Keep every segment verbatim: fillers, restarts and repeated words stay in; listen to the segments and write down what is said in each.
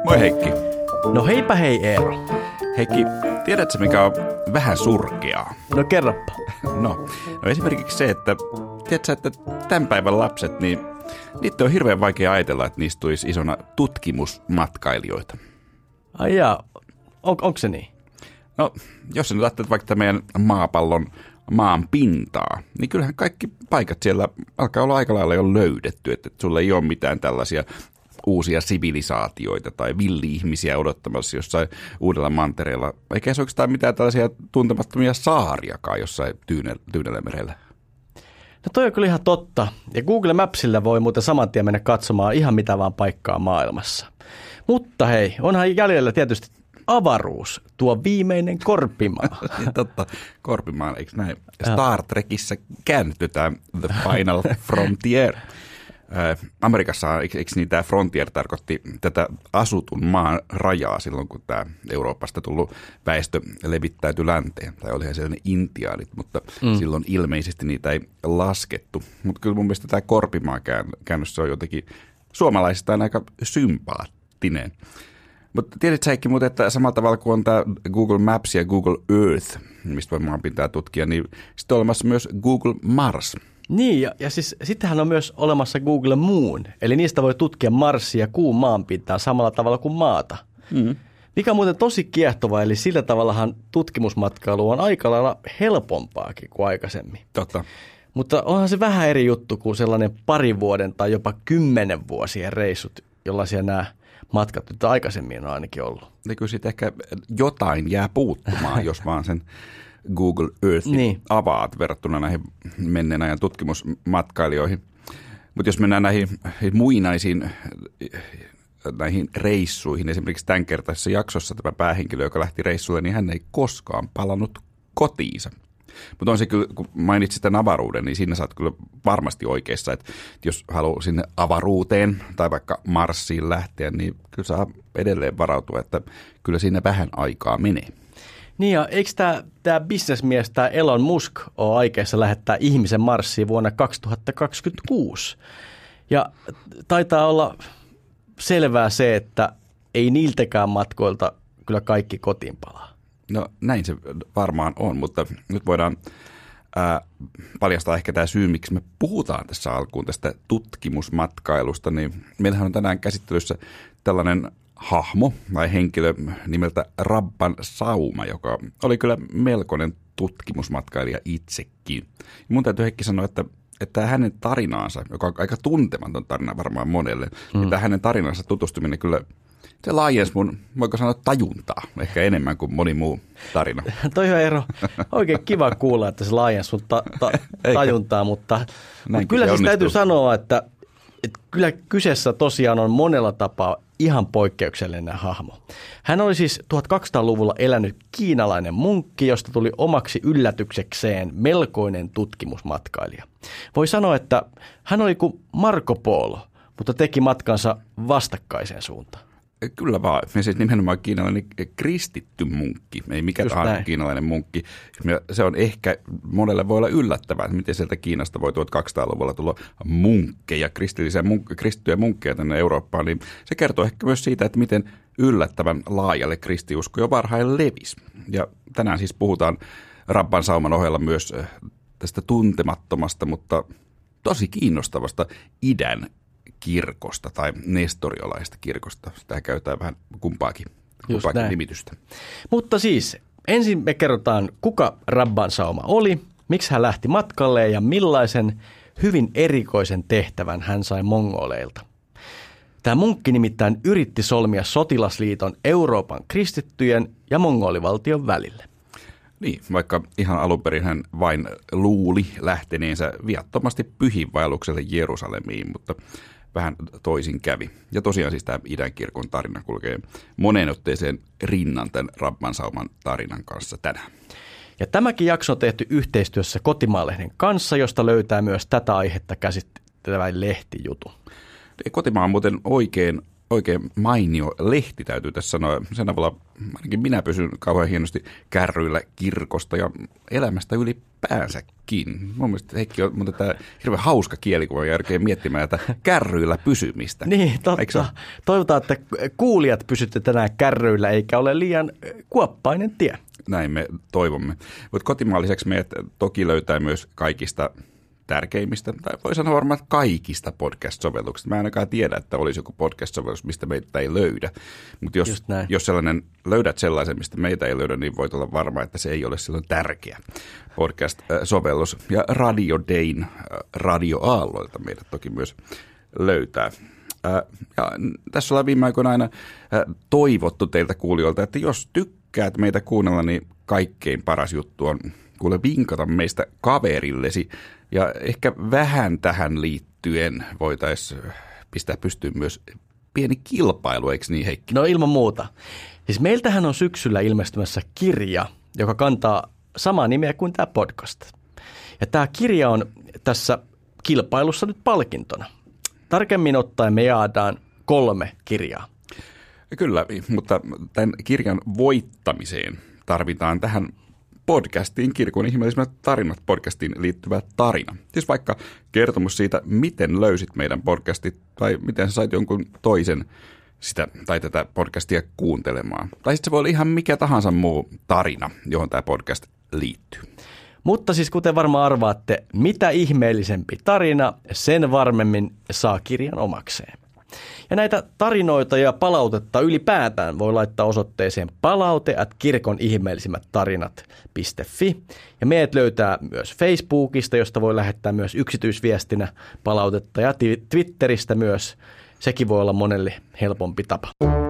Moi Heikki. No heipä hei Eero. Heikki, tiedätkö mikä on vähän surkeaa? No kerropa. No, no esimerkiksi se, että tiedätkö, että tämän päivän lapset, niin niitä on hirveän vaikea ajatella, että niistä tulisi isona tutkimusmatkailijoita. Ai jaa, on, onko se niin? No, jos sä nyt ajattelet vaikka meidän maapallon maan pintaa, niin kyllähän kaikki paikat siellä alkaa olla aika lailla jo löydetty, että sulla ei ole mitään tällaisia uusia sivilisaatioita tai villi-ihmisiä odottamassa jossain uudella mantereella, eikä se oikeastaan mitään tällaisia tuntemattomia saariakaan jossain Tyynellä merellä. No toi on kyllä ihan totta, ja Google Mapsillä voi muuten saman tien mennä katsomaan ihan mitä vaan paikkaa maailmassa. Mutta hei, onhan jäljellä tietysti avaruus, tuo viimeinen korpimaa. Totta, korpimaa, eikö näin? Star Trekissä käännytetään The Final Frontier. Amerikassa, eikö, eikö niin tämä frontier tarkoitti tätä asutun maan rajaa silloin, kun tämä Euroopasta tullut väestö levittäytyi länteen. Tai olihan sellainen intiaanit, mutta mm. silloin ilmeisesti niitä ei laskettu. Mutta kyllä mun mielestä tämä korpimaa käännös on jotenkin suomalaisistaan aika sympaattinen. Mutta tiedätkö Heikki muuten, että samalla tavalla kuin on tämä Google Maps ja Google Earth, mistä voi maanpintaa tutkia, niin sitten on olemassa myös Google Mars. Niin, ja, ja siis sittenhän on myös olemassa Google Moon, eli niistä voi tutkia Marsia ja kuun maanpintaa samalla tavalla kuin maata. Mm. Mikä on muuten tosi kiehtova, eli sillä tavallahan tutkimusmatkailu on aika lailla helpompaakin kuin aikaisemmin. Totta. Mutta onhan se vähän eri juttu kuin sellainen pari vuoden tai jopa kymmenen vuosien reissut, jollaisia nämä matkat nyt aikaisemmin on ainakin ollut. Ja kyllä sitten ehkä jotain jää puuttumaan, jos vaan sen Google Earthin niin avaat verrattuna näihin menneen ajan tutkimusmatkailijoihin. Mutta jos mennään näihin muinaisiin näihin reissuihin, esimerkiksi tämän kertaisessa jaksossa tämä päähenkilö, joka lähti reissulle, niin hän ei koskaan palannut kotiinsa. Mutta on se kyllä, kun mainitsit tämän avaruuden, niin siinä sä oot kyllä varmasti oikeassa, että jos haluaa sinne avaruuteen tai vaikka Marsiin lähteä, niin kyllä saa edelleen varautua, että kyllä siinä vähän aikaa menee. Niin ja eikö tämä, tämä bisnesmies, tämä Elon Musk, ole aikeissa lähettää ihmisen Marsiin vuonna kaksituhattakaksikymmentäkuusi? Ja taitaa olla selvää se, että ei niiltäkään matkoilta kyllä kaikki kotiin palaa. No näin se varmaan on, mutta nyt voidaan ää, paljastaa ehkä tämä syy, miksi me puhutaan tässä alkuun tästä tutkimusmatkailusta. Niin meillähän on tänään käsittelyssä tällainen hahmo tai henkilö nimeltä Rabban Sauma, joka oli kyllä melkoinen tutkimusmatkailija itsekin. Ja mun täytyy Heikki sanoa, että, että hänen tarinaansa, joka on aika tuntematon tarina varmaan monelle, mm. että hänen tarinansa tutustuminen kyllä se laajensi mun, voiko sanoa, tajuntaa ehkä enemmän kuin moni muu tarina. Toi on Eero. Oikein kiva kuulla, että se laajensi sun ta- ta- tajuntaa, mutta, mutta kyllä siis täytyy sanoa, että, että kyllä kyseessä tosiaan on monella tapaa ihan poikkeuksellinen hahmo. Hän oli siis tuhatkaksisataaluvulla elänyt kiinalainen munkki, josta tuli omaksi yllätyksekseen melkoinen tutkimusmatkailija. Voi sanoa, että hän oli kuin Marco Polo, mutta teki matkansa vastakkaiseen suuntaan. Kyllä vaan. Ja siis nimenomaan kiinalainen kristitty munkki, ei mikä tahansa kiinalainen munkki. Se on ehkä, monelle voi olla yllättävää, että miten sieltä Kiinasta voi tuhatkaksisataaluvulla tulla munkkeja, kristillisiä munk- kristittyjä munkkeja tänne Eurooppaan. Niin se kertoo ehkä myös siitä, että miten yllättävän laajalle kristiusko jo varhain levisi. Ja tänään siis puhutaan Rabban Sauman ohella myös tästä tuntemattomasta, mutta tosi kiinnostavasta idän kirkosta tai nestoriolaista kirkosta. Sitä käytetään vähän kumpaakin, kumpaakin nimitystä. Mutta siis ensin me kerrotaan, kuka Rabban Sauma oli, miksi hän lähti matkalle ja millaisen hyvin erikoisen tehtävän hän sai mongoleilta. Tämä munkki nimittäin yritti solmia sotilasliiton Euroopan kristittyjen ja mongolivaltion välille. Niin, vaikka ihan alun perin hän vain luuli lähteneensä viattomasti pyhinvaellukselle Jerusalemiin, mutta vähän toisin kävi. Ja tosiaan siis tämä idän kirkon tarina kulkee moneen otteeseen rinnan tämän Rabban Sauman tarinan kanssa tänään. Ja tämäkin jakso on tehty yhteistyössä Kotimaan-lehden kanssa, josta löytää myös tätä aihetta käsittelevän lehtijutun. Kotimaa on muuten oikein oikein mainio lehti, täytyy tässä sanoa. Sen avulla ainakin minä pysyn kauhean hienosti kärryillä kirkosta ja elämästä ylipäänsäkin. Mun mielestä Heikki on mutta tämä hirveän hauska kielikuva järkeä miettimään tätä kärryillä pysymistä. Niin, totta. Toivotaan, että kuulijat pysytte tänään kärryillä eikä ole liian kuoppainen tie. Näin me toivomme. Mutta kotimaalliseksi meidät toki löytää myös kaikista tärkeimmistä, tai voi sanoa varmaan kaikista podcast-sovelluksista. Mä en ainakaan tiedä, että olisi joku podcast-sovellus, mistä meitä ei löydä. Mutta jos, jos sellainen, löydät sellaisen, mistä meitä ei löydä, niin voit olla varma, että se ei ole silloin tärkeä podcast-sovellus. Ja Radio Dayn radioaalloilta meidät toki myös löytää. Ja tässä ollaan viime aikoina aina toivottu teiltä kuulijoilta, että jos tykkäät meitä kuunnella, niin kaikkein paras juttu on kuule vinkata meistä kaverillesi. Ja ehkä vähän tähän liittyen voitaisiin pistää pystyyn myös pieni kilpailu, eikö niin Heikki? No ilman muuta. Siis meiltähän on syksyllä ilmestymässä kirja, joka kantaa samaa nimeä kuin tämä podcast. Ja tämä kirja on tässä kilpailussa nyt palkintona. Tarkemmin ottaen me jaadaan kolme kirjaa. Kyllä, mutta tämän kirjan voittamiseen tarvitaan tähän podcastiin, Kirkon ihmeellisemmät tarinat podcastiin liittyvä tarina. Siis vaikka kertomus siitä, miten löysit meidän podcastit tai miten sä sait jonkun toisen sitä tai tätä podcastia kuuntelemaan. Tai sitten se voi olla ihan mikä tahansa muu tarina, johon tämä podcast liittyy. Mutta siis kuten varmaan arvaatte, mitä ihmeellisempi tarina, sen varmemmin saa kirjan omakseen. Ja näitä tarinoita ja palautetta ylipäätään voi laittaa osoitteeseen palaute at kirkon ihmeellisimmät tarinat piste fi. Ja meidät löytää myös Facebookista, josta voi lähettää myös yksityisviestinä palautetta ja Twitteristä myös. Sekin voi olla monelle helpompi tapa.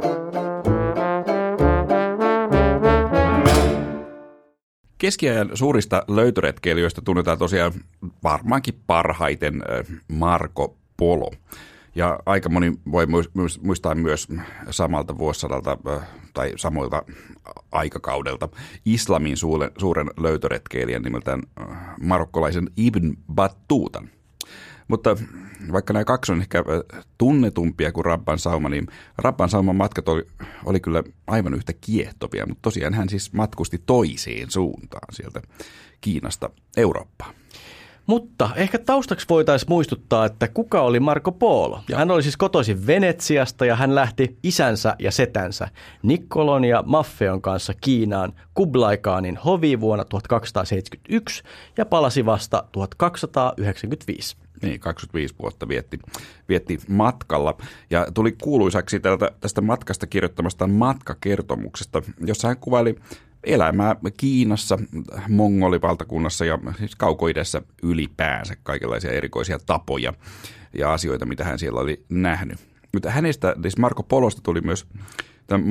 Keskiajan suurista löytöretkeilijöistä tunnetaan tosiaan varmaankin parhaiten Marco Polo. Ja aika moni voi muistaa myös samalta vuosisadalta tai samoilta aikakaudelta islamin suuren löytöretkeilijän nimeltään marokkolaisen Ibn Battutan. Mutta vaikka nämä kaksi on ehkä tunnetumpia kuin Rabban sauma, niin Rabban sauman matkat oli, oli kyllä aivan yhtä kiehtovia, mutta tosiaan hän siis matkusti toiseen suuntaan sieltä Kiinasta Eurooppaan. Mutta ehkä taustaksi voitaisiin muistuttaa, että kuka oli Marco Polo. Ja hän oli siis kotoisin Venetsiasta ja hän lähti isänsä ja setänsä Niccolon ja Maffeon kanssa Kiinaan Kublai Khanin hoviin vuonna tuhatkaksisataaseitsemänkymmentäyksi ja palasi vasta tuhatkaksisataayhdeksänkymmentäviisi. Niin, kaksikymmentäviisi vuotta vietti, vietti matkalla ja tuli kuuluisaksi tältä, tästä matkasta kirjoittamastaan matkakertomuksesta, jossa hän kuvaili elämää Kiinassa, Mongolivaltakunnassa ja siis kaukoidässä ylipäänsä kaikenlaisia erikoisia tapoja ja asioita, mitä hän siellä oli nähnyt. Mutta hänestä, siis Marco Polosta tuli myös tämän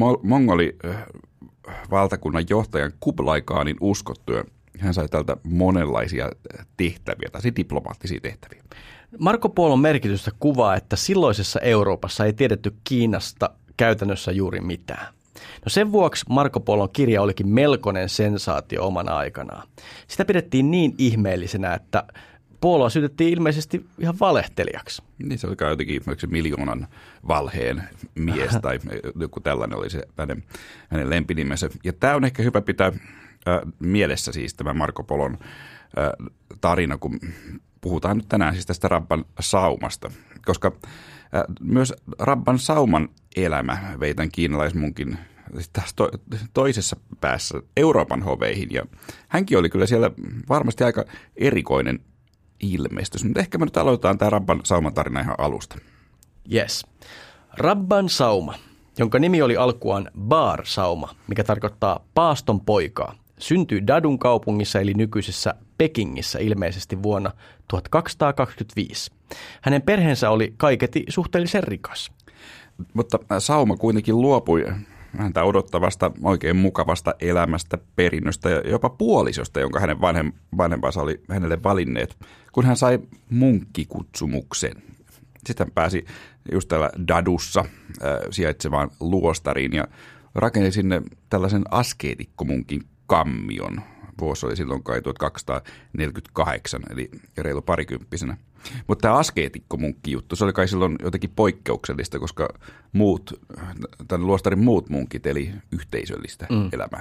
Mongolivaltakunnan johtajan Kublai Khanin uskottu ja hän sai tältä monenlaisia tehtäviä, tai diplomaattisia tehtäviä. Marco Polon merkitystä kuvaa, että silloisessa Euroopassa ei tiedetty Kiinasta käytännössä juuri mitään. No sen vuoksi Marco Polon kirja olikin melkoinen sensaatio omana aikanaan. Sitä pidettiin niin ihmeellisenä, että Poloa syytettiin ilmeisesti ihan valehtelijaksi. Niin se oli jotenkin se miljoonan valheen mies tai joku tällainen oli se hänen, hänen lempinimensä. Ja tämä on ehkä hyvä pitää äh, mielessä siis tämä Marco Polon äh, tarina, kun puhutaan nyt tänään siis tästä Rabban saumasta, koska äh, myös Rabban sauman elämä vei tämän kiinalaismunkin taas to, toisessa päässä Euroopan hoveihin ja hänkin oli kyllä siellä varmasti aika erikoinen ilmestys, mutta ehkä me nyt aloitetaan tämä Rabban sauman tarina ihan alusta. Yes. Rabban sauma, jonka nimi oli alkuaan Bar sauma, mikä tarkoittaa paaston poikaa, syntyi Dadun kaupungissa eli nykyisessä Pekingissä ilmeisesti vuonna tuhatkaksisataakaksikymmentäviisi. Hänen perheensä oli kaiketi suhteellisen rikas. Mutta sauma kuitenkin luopui häntä odottavasta, oikein mukavasta elämästä, perinnöstä ja jopa puolisosta, jonka hänen vanhem, vanhempansa oli hänelle valinneet, kun hän sai munkkikutsumuksen. Sitten hän pääsi just täällä Dadussa äh, sijaitsevaan luostariin ja rakensi sinne tällaisen askeetikkomunkin kammion vuosi oli silloin kai tuhatkaksisataaneljäkymmentäkahdeksan, eli reilu parikymppisenä. Mutta tämä askeetikkomunkki-juttu, se oli kai silloin jotenkin poikkeuksellista, koska muut, tämän luostarin muut munkit eli yhteisöllistä mm. elämää.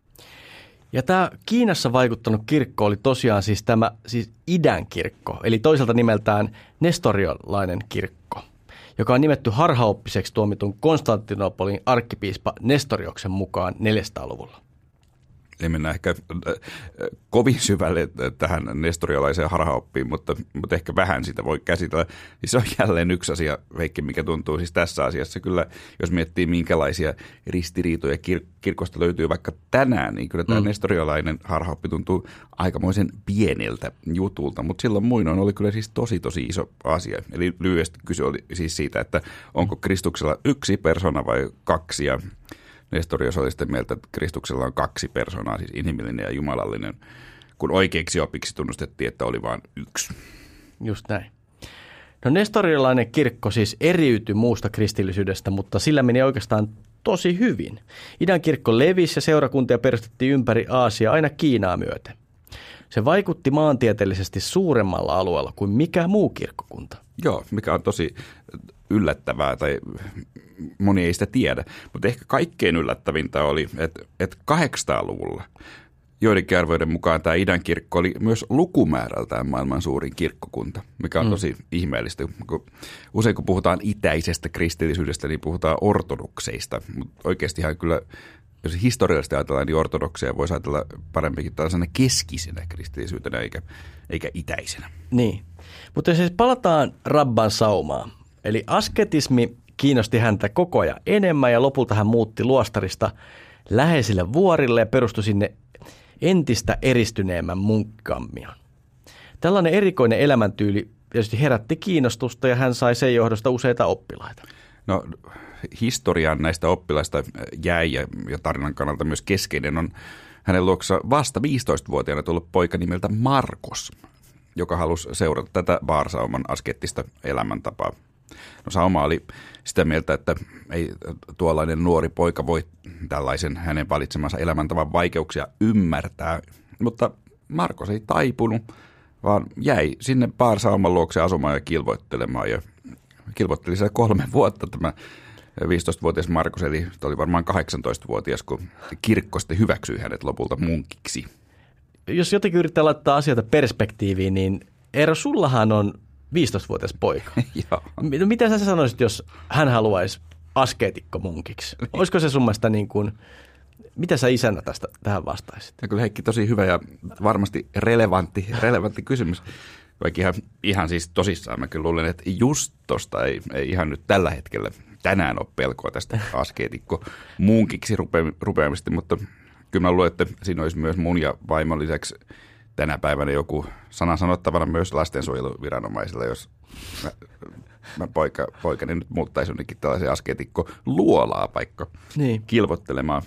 Ja tämä Kiinassa vaikuttanut kirkko oli tosiaan siis tämä siis idän kirkko, eli toiselta nimeltään nestoriolainen kirkko, joka on nimetty harhaoppiseksi tuomitun Konstantinopolin arkkipiispa Nestorioksen mukaan neljäsataaluvulla. Ei mennä ehkä kovin syvälle tähän nestorialaiseen harhaoppiin, mutta, mutta ehkä vähän sitä voi käsitellä. Se on jälleen yksi asia, Veikki, mikä tuntuu siis tässä asiassa. Kyllä, jos miettii minkälaisia ristiriitoja kir- kirkosta löytyy vaikka tänään, niin kyllä tämä mm. nestorialainen harhaoppi tuntuu aikamoisen pieneltä jutulta. Mutta silloin muinoin oli kyllä siis tosi tosi iso asia. Eli lyhyesti kyse oli siis siitä, että onko Kristuksella yksi persona vai kaksi, ja Nestorius oli sitten mieltä, että Kristuksella on kaksi persoonaa, siis inhimillinen ja jumalallinen, kun oikeiksi opiksi tunnustettiin, että oli vain yksi. Just näin. No nestoriolainen kirkko siis eriytyi muusta kristillisyydestä, mutta sillä meni oikeastaan tosi hyvin. Idän kirkko levisi ja seurakuntia perustettiin ympäri Aasiaa aina Kiinaa myöten. Se vaikutti maantieteellisesti suuremmalla alueella kuin mikä muu kirkkokunta. Joo, mikä on tosi yllättävää, tai moni ei sitä tiedä, mutta ehkä kaikkein yllättävintä oli, että, että kahdeksansataaluvulla joidenkin arvioiden mukaan tämä idän kirkko oli myös lukumäärältään maailman suurin kirkkokunta, mikä on tosi mm. ihmeellistä. Usein kun puhutaan itäisestä kristillisyydestä, niin puhutaan ortodokseista, mutta oikeastihan kyllä, jos historiallisesti ajatellaan, niin ortodokseja voisi ajatella paremminkin tällaisena keskisenä kristillisyytenä eikä, eikä itäisenä. Niin, mutta jos siis palataan Rabban saumaan, eli asketismi kiinnosti häntä koko ajan enemmän ja lopulta hän muutti luostarista läheisille vuorille ja perustui sinne entistä eristyneemmän munkkammion. Tällainen erikoinen elämäntyyli tietysti herätti kiinnostusta ja hän sai sen johdosta useita oppilaita. No historian näistä oppilaista jäi ja, ja tarinan kannalta myös keskeinen on hänen luoksensa vasta viisitoistavuotiaana tullut poika nimeltä Markos, joka halusi seurata tätä Baar-sauman askeettista elämäntapaa. No sauma oli sitä mieltä, että ei tuollainen nuori poika voi tällaisen hänen valitsemansa elämäntavan vaikeuksia ymmärtää, mutta Markos ei taipunut, vaan jäi sinne Baar-sauman luokse asumaan ja kilvoittelemaan ja kilvoitteli siellä kolme vuotta tämä viisitoistavuotias Markos, eli oli varmaan kahdeksantoistavuotias, kun kirkko sitten hyväksyi hänet lopulta munkiksi. Jos jotenkin yrittää laittaa asioita perspektiiviin, niin Eero, sullahan on viisitoistavuotias poika. Joo. Mitä sä sanoisit, jos hän haluaisi askeetikkomunkiksi? Olisiko se sun mielestä niin kuin, mitä sä isänä tästä tähän vastaisit? Ja kyllä Heikki, tosi hyvä ja varmasti relevantti, relevantti kysymys. Vaikka ihan, ihan siis tosissaan mä kyllä luulen, että just tosta ei, ei ihan nyt tällä hetkellä tänään ole pelkoa tästä askeetikkomunkiksi rupeamista, mutta kyllä mä luulen, että siinä olisi myös mun ja vaimon lisäksi tänä päivänä joku sana sanottavana myös lastensuojeluviranomaisilla, jos mä, mä poika, poikani nyt muuttaisi jonnekin tällaisen askeetikko luolaa paikka niin kilvoittelemaan.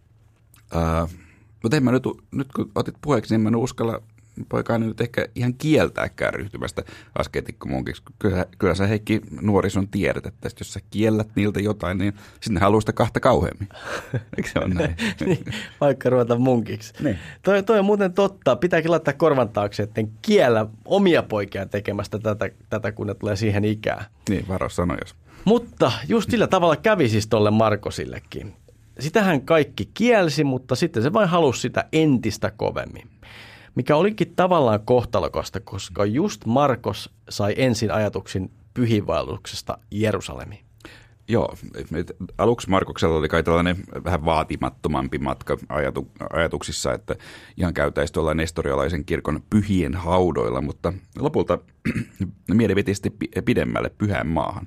Uh, mutta en mä nyt, nyt kun otit puheeksi, niin mä en uskalla poikaani nyt ehkä ihan kieltääkään ryhtymästä askeetikkomunkiksi. Kyllä, kyllä sä Heikki nuorison tiedät, että jos sä kiellät niiltä jotain, niin sitten haluaa sitä kahta kauheammin. Eikö se ole näin? Niin, vaikka ruveta munkiksi. Niin. Toi, toi on muuten totta. Pitääkin laittaa korvan taakse, että en kiellä omia poikia tekemästä tätä, tätä, kun ne tulee siihen ikään. Niin, varo sano jos. Mutta just sillä tavalla kävi siis tolle Markosillekin. Sitähän kaikki kielsi, mutta sitten se vain halusi sitä entistä kovemmin. Mikä olikin tavallaan kohtalokasta, koska just Markos sai ensin ajatuksin pyhiinvaelluksesta Jerusalemiin. Joo, aluksi Markoksella oli kai tällainen vähän vaatimattomampi matka ajatu, ajatuksissa, että ihan käytäisi tuolla nestorialaisen kirkon pyhien haudoilla, mutta lopulta mieli veti sitten pidemmälle pyhään maahan.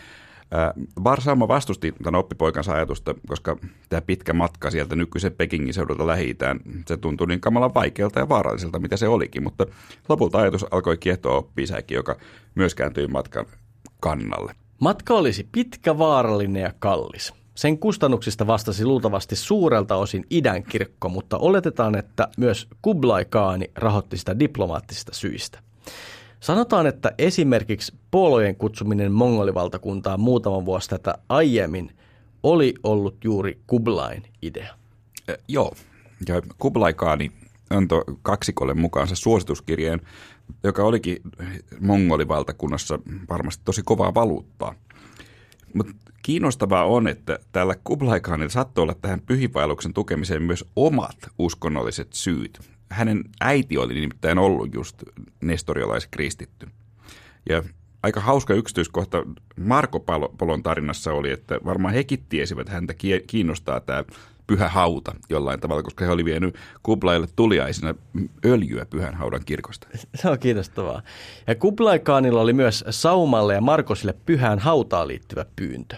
Baar-sauma vastusti tämän oppipoikansa ajatusta, koska tämä pitkä matka sieltä nykyisen Pekingin seudulta Lähi-itään, se tuntui niin kamalan vaikealta ja vaaralliselta, mitä se olikin, mutta lopulta ajatus alkoi kiehtoa oppi-isäkin, joka myös kääntyi matkan kannalle. Matka olisi pitkä, vaarallinen ja kallis. Sen kustannuksista vastasi luultavasti suurelta osin idän kirkko, mutta oletetaan, että myös Kublai Khaani rahoitti sitä diplomaattisista syistä. Sanotaan, että esimerkiksi puolueen kutsuminen mongolivaltakuntaan muutaman vuosi tätä aiemmin oli ollut juuri Kublain idea. E, joo, ja Kublai Khaani antoi kaksikolle mukaansa suosituskirjeen, joka olikin mongolivaltakunnassa varmasti tosi kovaa valuuttaa. Mutta kiinnostavaa on, että täällä Kublai Khanilla saattoi olla tähän pyhiinvaelluksen tukemiseen myös omat uskonnolliset syyt. Hänen äiti oli nimittäin ollut just nestorialaiskristitty. Ja aika hauska yksityiskohta Marko Polon tarinassa oli, että varmaan hekin tiesivät, että häntä kiinnostaa tämä pyhä hauta jollain tavalla, koska he oli vienyt Kublaille tuliaisena öljyä pyhän haudan kirkosta. Se on kiinnostavaa. Ja Kublai Khanilla oli myös Saumalle ja Markosille pyhään hautaan liittyvä pyyntö.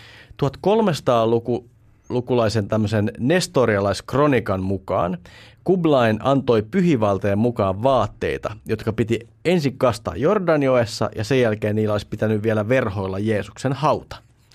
tuhatkolmesataalukulaisen tämmöisen nestorialaiskronikan mukaan Kublain antoi pyhivaltojen mukaan vaatteita, jotka piti ensin kastaa Jordanjoessa ja sen jälkeen niillä olisi pitänyt vielä verhoilla Jeesuksen hauta.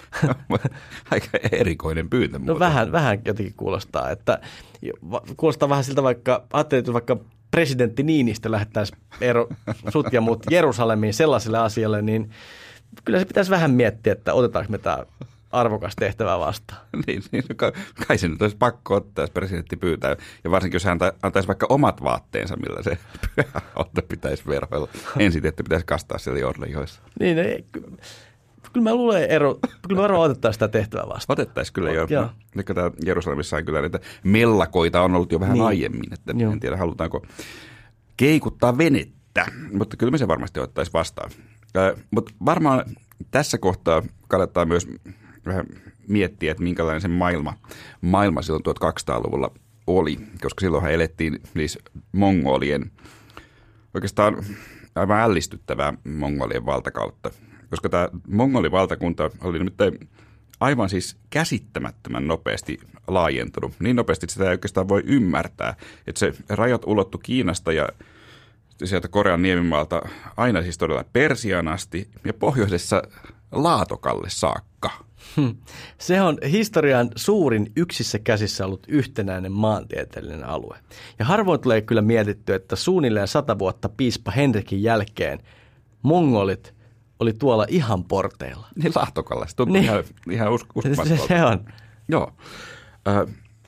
Aika erikoinen pyyntö. No vähän, vähän jotenkin kuulostaa, että kuulostaa vähän siltä vaikka, ajattelin, että vaikka presidentti Niinistö lähettäisi ero, sut ja mut Jerusalemiin sellaiselle asialle, niin kyllä se pitäisi vähän miettiä, että otetaanko me tämä arvokas tehtävä vastaan. niin, niin, kai se nyt olisi pakko ottaa, jos presidentti pyytää. Ja varsinkin, jos hän antaisi vaikka omat vaatteensa, millä se pyhä hauta pitäisi verhoilla. Ensin, että pitäisi kastaa siellä Jordanjoessa. Niin, ei, kyllä mä luulen ero, kyllä varmaan otettaisiin sitä tehtävää vastaan. Otettaisiin kyllä jo. Joo. Nyt täällä Jerusalemissa on kyllä niitä mellakoita on ollut jo vähän niin. aiemmin, että Joo. en tiedä halutaanko keikuttaa venettä, mutta kyllä me se varmasti ottaisiin vastaan. Äh, mutta varmaan tässä kohtaa kannattaa myös vähän miettiä, että minkälainen se maailma, maailma silloin tuhatkaksisataaluvulla oli, koska silloinhan elettiin niissä mongolien, oikeastaan aivan ällistyttävää mongolien valtakautta. Koska tämä mongolivaltakunta oli nimittäin aivan siis käsittämättömän nopeasti laajentunut. Niin nopeasti, että sitä ei oikeastaan voi ymmärtää. Että se rajat ulottu Kiinasta ja sieltä Korean niemimaalta aina siis todella Persiaan asti ja pohjoisessa Laatokalle saakka. Hmm. Se on historian suurin yksissä käsissä ollut yhtenäinen maantieteellinen alue. Ja harvoin tulee kyllä mietittyä, että suunnilleen sata vuotta piispa Henrikin jälkeen mongolit oli tuolla ihan porteilla. Niin Lahtokalla. Se tuntuu niin. ihan, ihan uskomattomalta. Se, se on. Joo. Äh,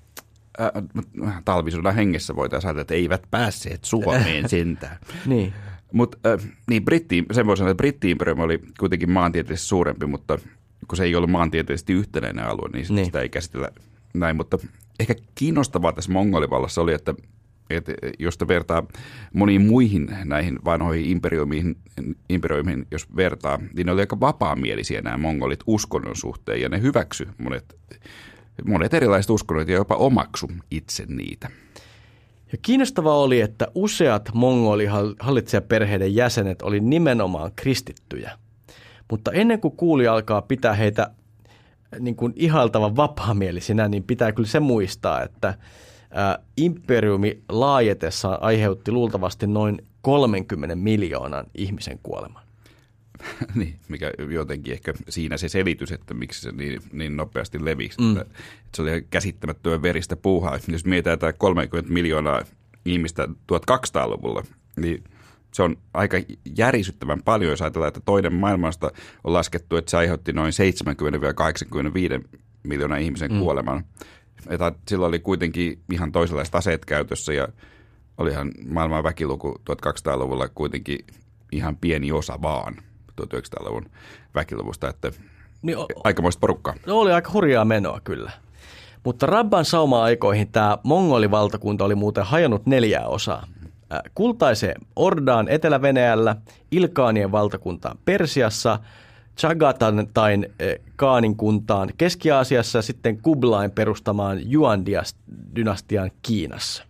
äh, talvisodan hengessä voitaisiin ajatella, että eivät päässeet Suomeen sentään. niin. Mutta äh, niin, Britti, sen voi sanoa, että Britti-imperiumi oli kuitenkin maantieteellisesti suurempi, mutta kun se ei ollut maantieteellisesti yhtenäinen alue, niin, niin sitä ei käsitellä näin. Mutta ehkä kiinnostavaa tässä mongolivallassa oli, että että jos vertaa moniin muihin näihin vanhoihin imperiumiin, imperiumiin, jos vertaa, niin ne oli aika vapaamielisiä nämä mongolit uskonnon suhteen, ja ne hyväksy monet, monet erilaiset uskonnot ja jopa omaksu itse niitä. Ja kiinnostavaa oli, että useat mongolihallitsijaperheiden jäsenet oli nimenomaan kristittyjä. Mutta ennen kuin kuulija alkaa pitää heitä niin kuin ihailtavan vapaamielisinä, niin pitää kyllä se muistaa, että Ä, imperiumi laajetessaan aiheutti luultavasti noin kolmenkymmenen miljoonan ihmisen kuoleman. niin, mikä jotenkin ehkä siinä se selitys, että miksi se niin, niin nopeasti levisi. Mm. Että, että se oli käsittämättömän veristä puuhaa. Jos mietitään tämä kolmekymmentä miljoonaa ihmistä tuhatkaksisataaluvulla, niin se on aika järisyttävän paljon, jos ajatellaan, että toinen maailmasta on laskettu, että se aiheutti noin seitsemänkymmentä kahdeksankymmentäviisi miljoonan ihmisen mm. kuoleman. Että silloin oli kuitenkin ihan toisenlaiset aseet käytössä ja olihan maailman väkiluku tuhatkaksisataaluvulla kuitenkin ihan pieni osa vaan tuhatyhdeksänsataaluvun väkiluvusta, että niin, aikamoista porukkaa. No oli aika hurjaa menoa kyllä. Mutta Rabban sauma-aikoihin tämä mongolivaltakunta oli muuten hajonnut neljää osaa. Kultaiseen Ordaan Etelä-Venäjällä, Ilkaanien valtakuntaan Persiassa, Chagatain Kaanin kuntaan Keski-Aasiassa ja sitten Kublain perustamaan Yuan-dynastian Kiinassa.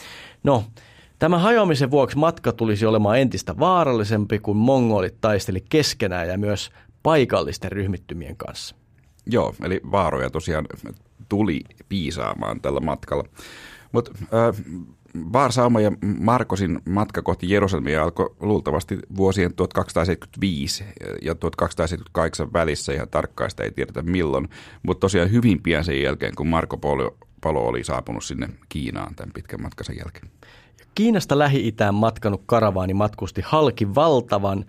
No, tämän hajoamisen vuoksi matka tulisi olemaan entistä vaarallisempi, kun mongolit taisteli keskenään ja myös paikallisten ryhmittymien kanssa. Joo, eli vaaroja tosiaan tuli piisaamaan tällä matkalla. Mutta äh, Vaarsauma ja Markosin matka kohti Jerusalemia alkoi luultavasti vuosien tuhatkaksisataaseitsemänkymmentäviisi ja tuhatkaksisataaseitsemänkymmentäkahdeksan välissä, ihan tarkkaan sitä ei tiedetä milloin, mutta tosiaan hyvin pian sen jälkeen, kun Marko Polo, Polo oli saapunut sinne Kiinaan tämän pitkän matkansa jälkeen. Kiinasta Lähi-Itään matkanut karavaani matkusti halki valtavan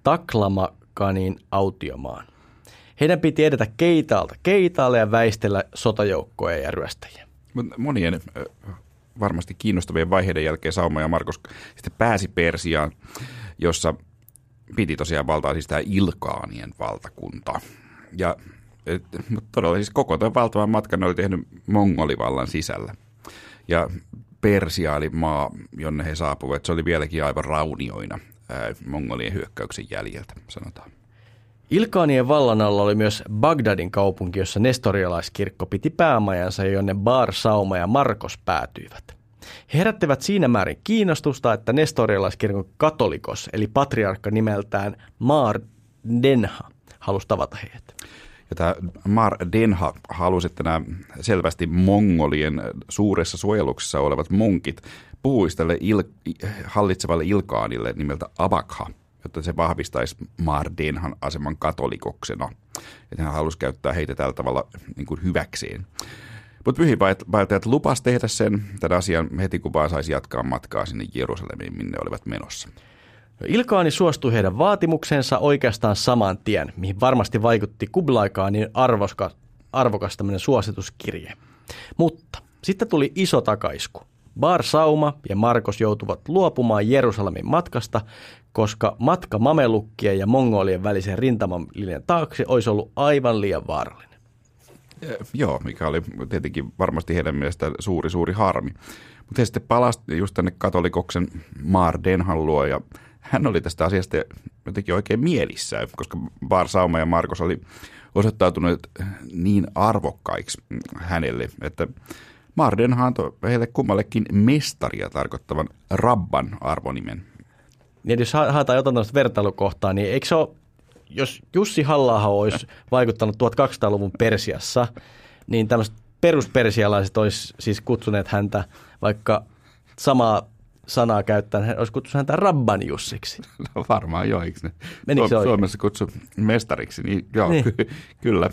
Taklamakanin autiomaan. Heidän piti edetä keitaalta keitaalle ja väistellä sotajoukkoja ja ryöstäjiä. Monien varmasti kiinnostavien vaiheiden jälkeen Sauma ja Markos sitten pääsi Persiaan, jossa piti tosiaan valtaa siis tämä Ilkaanien valtakunta. Ja et, mutta todella siis koko tuon valtavan matkan ne oli tehnyt mongolivallan sisällä. Ja Persia oli maa, jonne he saapuivat. Se oli vieläkin aivan raunioina ää, mongolien hyökkäyksen jäljeltä, sanotaan. Ilkaanien vallan alla oli myös Bagdadin kaupunki, jossa nestorialaiskirkko piti päämajansa, jonne Bar, Sauma ja Markos päätyivät. He herättivät siinä määrin kiinnostusta, että nestorialaiskirkon katolikos, eli patriarkka nimeltään Mar Denha, halusi tavata heidät. Ja tämä Mar Denha halusi, että nämä selvästi mongolien suuressa suojeluksessa olevat munkit puhuisi tälle il- hallitsevalle Ilkaanille nimeltä Abakha, jotta se vahvistaisi Mar Denhan aseman katolikoksena. Että hän halusi käyttää heitä tällä tavalla niin kuin hyväkseen. Mutta pyhiinvaeltajat lupasi tehdä sen tämän asian heti, kun vaan saisi jatkaa matkaa sinne Jerusalemiin, minne olivat menossa. Ilkaani suostui heidän vaatimuksensa oikeastaan saman tien, mihin varmasti vaikutti Kublai Khanin arvoska, arvokas tämmöinen suosituskirje. Mutta sitten tuli iso takaisku. Bar, Sauma ja Markos joutuvat luopumaan Jerusalemin matkasta, koska matka mamelukkien ja mongolien välisen rintamalinjan taakse olisi ollut aivan liian vaarallinen. Joo, mikä oli tietenkin varmasti heidän mielestään suuri, suuri harmi. Mutta he sitten palasi just tänne katolikoksen Mar Denhan luo ja hän oli tästä asiasta jotenkin oikein mielissään, koska Bar, Sauma ja Markos oli osoittautuneet niin arvokkaiksi hänelle, että Mar Denhan antoi heille kummallekin mestaria tarkoittavan Rabban arvonimen. Niin jos haetaan jotain tällaista vertailukohtaa, niin eikö se ole, jos Jussi Halla-aho olisi vaikuttanut tuhatkaksisataaluvun Persiassa, niin tämmöiset peruspersialaiset olisi siis kutsuneet häntä vaikka samaa sanaa käyttäen, hän olisi kutsunut häntä Rabban Jussiksi. No varmaan joo, eikö ne? Menikö se Suomessa kutsu mestariksi, niin joo, niin. Ky- kyllä.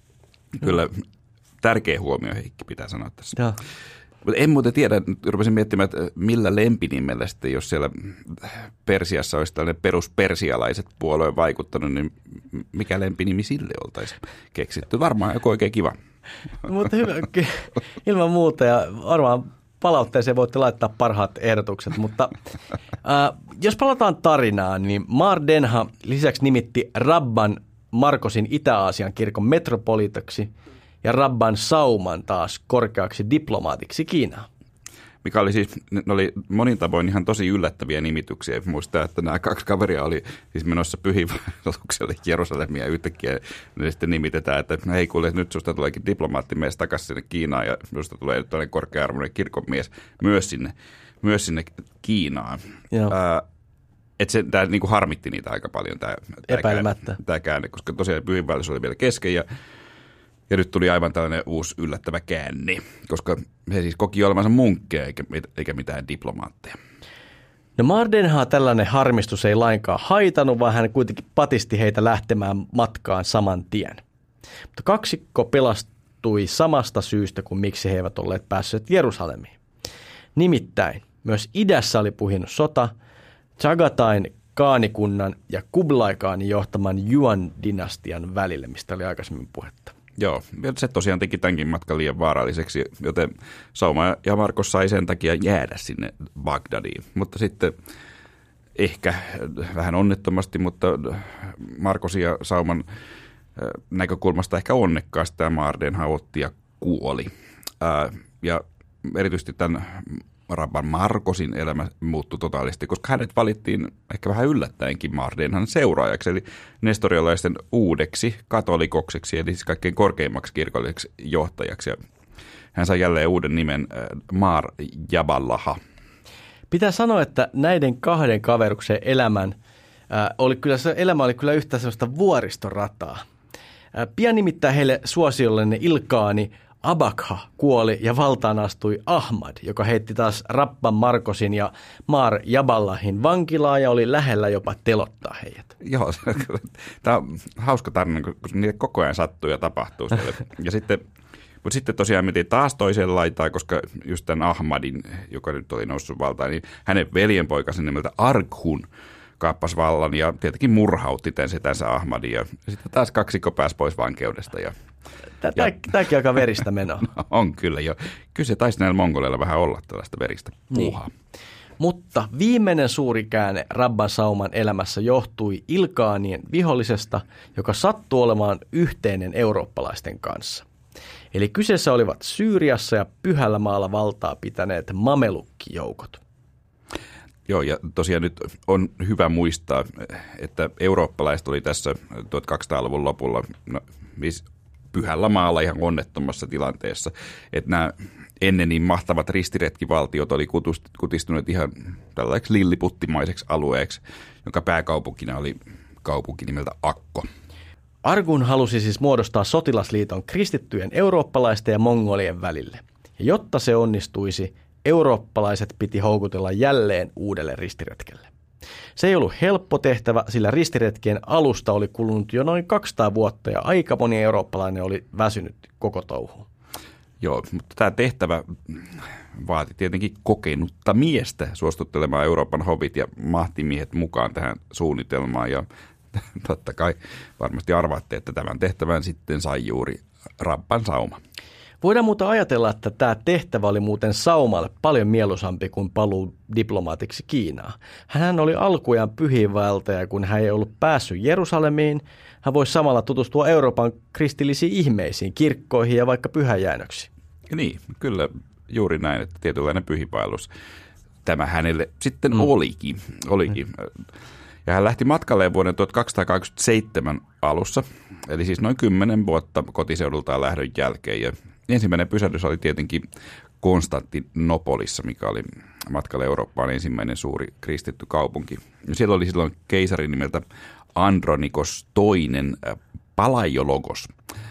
Kyllä tärkeä huomio, Heikki, pitää sanoa tässä. Joo. Mutta en muuten tiedä, rupesin miettimään, että millä lempinimellä sitten, jos siellä Persiassa olisi tällainen peruspersialaiset puolue vaikuttanut, niin mikä lempinimi sille oltaisiin keksitty? Varmaan joku oikein kiva. Mutta hyvä, ilman muuta ja varmaan palautteeseen voitte laittaa parhaat ehdotukset, mutta äh, jos palataan tarinaan, niin Mar Denha lisäksi nimitti Rabban Markosin Itä-Aasian kirkon metropoliitaksi ja Rabban Sauman taas korkeaksi diplomaatiksi Kiinaan. Mikä oli siis, ne oli monin tavoin ihan tosi yllättäviä nimityksiä. Muistaa, että nämä kaksi kaveria oli siis menossa pyhiinvaellukselle Jerusalemia ja yhtäkkiä ne sitten nimitetään, että hei kuule, nyt susta tuleekin diplomaattimies takaisin sinne Kiinaan ja susta tulee nyt tällainen korkea-arvoinen kirkonmies myös sinne, myös sinne Kiinaan. Ää, että se tämä niin kuin harmitti niitä aika paljon tämä, tämä, käänne, tämä käänne, koska tosiaan pyhiinvaellus oli vielä kesken ja Ja nyt tuli aivan tällainen uusi yllättävä käänne, koska he siis koki olevansa munkkeja eikä, eikä mitään diplomaatteja. No Mar Denhaa tällainen harmistus ei lainkaan haitanut, vaan hän kuitenkin patisti heitä lähtemään matkaan saman tien. Mutta kaksikko pelastui samasta syystä kuin miksi he eivät olleet päässeet Jerusalemiin. Nimittäin myös idässä oli puhinut sota Chagatain Kaanikunnan ja Kublai Khanin johtaman Yuan-dynastian välille, mistä oli aikaisemmin puhetta. Joo, se tosiaan teki tämänkin matkan liian vaaralliseksi, joten Sauma ja Markos sai sen takia jäädä sinne Bagdadiin. Mutta sitten ehkä vähän onnettomasti, mutta Markos ja Sauman näkökulmasta ehkä onnekkaasti tämä Mar Denha otti ja kuoli. Ja erityisesti tämän Rabban Markosin elämä muuttui totaalisesti, koska hänet valittiin ehkä vähän yllättäenkin Mar Denhan seuraajaksi, eli nestorialaisten uudeksi katolikokseksi, eli siis kaikkein korkeimmaksi kirkolliseksi johtajaksi. Ja hän sai jälleen uuden nimen Mar Jaballaha. Pitää sanoa, että näiden kahden kaveruksen elämän, äh, oli kyllä, se elämä oli kyllä yhtä sellaista vuoristorataa. Äh, pian nimittäin heille suosiollinen Ilkaani Abakha kuoli ja valtaan astui Ahmad, joka heitti taas Rabban Markosin ja Mar Jaballahin vankilaan ja oli lähellä jopa telottaa heidät. Joo, tämä on hauska tarina, kun niitä koko ajan sattuu ja tapahtuu siellä. Ja sitten, mutta sitten tosiaan mentiin taas toiseen laitaan, koska just tämän Ahmadin, joka nyt oli noussut valtaan, niin hänen veljenpoikansa nimeltä Arghun kaappasi vallan ja tietenkin murhautti tämän setänsä Ahmadin. Ja sitten taas kaksikko pääsi pois vankeudesta. Ja, Tämäkin aika veristä menoa. No, on kyllä jo. Kyllä se taisi näillä mongoleilla vähän olla tällaista veristä puuhaa. Niin. Mutta viimeinen suuri käänne Rabban sauman elämässä johtui Ilkaanien vihollisesta, joka sattui olemaan yhteinen eurooppalaisten kanssa. Eli kyseessä olivat Syyriassa ja Pyhällä maalla valtaa pitäneet mamelukkijoukot. Joo, ja tosiaan nyt on hyvä muistaa, että eurooppalaiset oli tässä tuhatkaksisataaluvun lopulla no, Pyhällä maalla ihan onnettomassa tilanteessa, että nämä ennen niin mahtavat ristiretkivaltiot oli kutistuneet ihan tällaiseksi lilliputtimaiseksi alueeksi, jonka pääkaupunkina oli kaupunki nimeltä Akko. Argun halusi siis muodostaa sotilasliiton kristittyjen eurooppalaisten ja mongolien välille. Ja jotta se onnistuisi, eurooppalaiset piti houkutella jälleen uudelle ristiretkelle. Se ei ollut helppo tehtävä, sillä ristiretkien alusta oli kulunut jo noin kaksisataa vuotta ja aika moni eurooppalainen oli väsynyt koko touhuun. Joo, mutta tämä tehtävä vaati tietenkin kokenutta miestä suostuttelemaan Euroopan hovit ja mahtimiehet mukaan tähän suunnitelmaan. Ja totta kai varmasti arvaatte, että tämän tehtävän sitten sai juuri Rabban sauma. Voidaan muuta ajatella, että tämä tehtävä oli muuten saumalle paljon mieluisampi kuin paluu diplomaatiksi Kiinaan. Hän oli alkujaan pyhiinvaeltaja, kun hän ei ollut päässyt Jerusalemiin. Hän voisi samalla tutustua Euroopan kristillisiin ihmeisiin, kirkkoihin ja vaikka pyhäjäännöksiin. Niin, kyllä juuri näin, että tietynlainen pyhiinvaellus tämä hänelle sitten mm. olikin. olikin. Mm. Ja hän lähti matkalleen vuoden tuhatkaksisataakaksikymmentäseitsemän alussa, eli siis noin kymmenen vuotta kotiseudultaan lähdön jälkeen. Ja ensimmäinen pysähdys oli tietenkin Konstantinopolissa, mikä oli matkalla Eurooppaan ensimmäinen suuri kristitty kaupunki. Ja siellä oli silloin keisari nimeltä Andronikos toinen Palaiologos,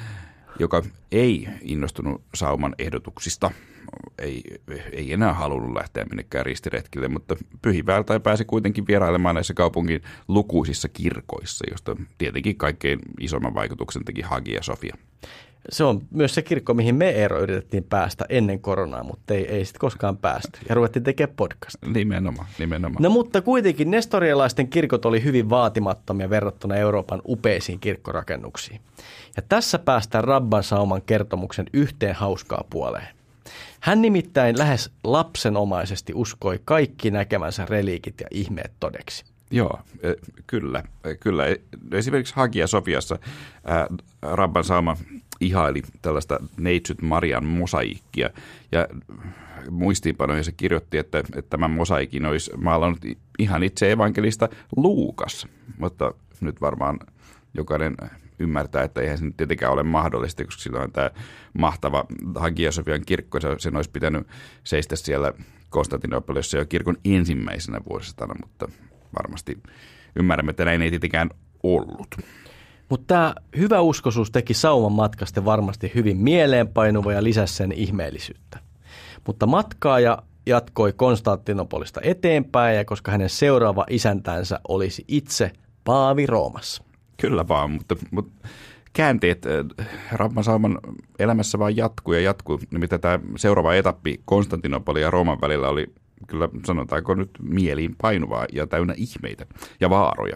joka ei innostunut sauman ehdotuksista. Ei, ei enää halunnut lähteä minnekään ristiretkille, mutta pyhiinvaeltaja pääsi kuitenkin vierailemaan näissä kaupungin lukuisissa kirkoissa, josta tietenkin kaikkein isomman vaikutuksen teki Hagia Sofia. Se on myös se kirkko, mihin me Eero yritettiin päästä ennen koronaa, mutta ei, ei sitten koskaan päästy. Ja ruvettiin tekemään podcast. Nimenomaan, nimenomaan. No mutta kuitenkin nestorialaisten kirkot oli hyvin vaatimattomia verrattuna Euroopan upeisiin kirkkorakennuksiin. Ja tässä päästään Rabban sauman kertomuksen yhteen hauskaa puoleen. Hän nimittäin lähes lapsenomaisesti uskoi kaikki näkemänsä reliikit ja ihmeet todeksi. Joo, kyllä. kyllä. Esimerkiksi Hagia Sofiassa ää, Rabban sauma ihaili tällaista Neitsyt Marian mosaikkia ja muistiinpanoja se kirjoitti, että, että tämän mosaikin olisi maalannut ihan itse evankelista Luukas, mutta nyt varmaan jokainen ymmärtää, että eihän se nyt tietenkään ole mahdollista, koska silloin tämä mahtava Hagia Sofian kirkko, sen olisi pitänyt seistä siellä Konstantinopolissa jo kirkon ensimmäisenä vuosisatana, mutta varmasti ymmärrämme, että näin ei tietenkään ollut. Mutta tämä hyvä uskoisuus teki sauman matkasta varmasti hyvin mieleenpainuva ja lisäsi sen ihmeellisyyttä. Mutta matkaaja jatkoi Konstantinopolista eteenpäin, ja koska hänen seuraava isäntänsä olisi itse Paavi Roomassa. Kyllä vaan, mutta, mutta käänteet Rabban sauman elämässä vaan jatkuu ja jatkuu. Nimittäin tämä seuraava etappi Konstantinopolin ja Rooman välillä oli kyllä sanotaanko nyt mieliin painuvaa ja täynnä ihmeitä ja vaaroja.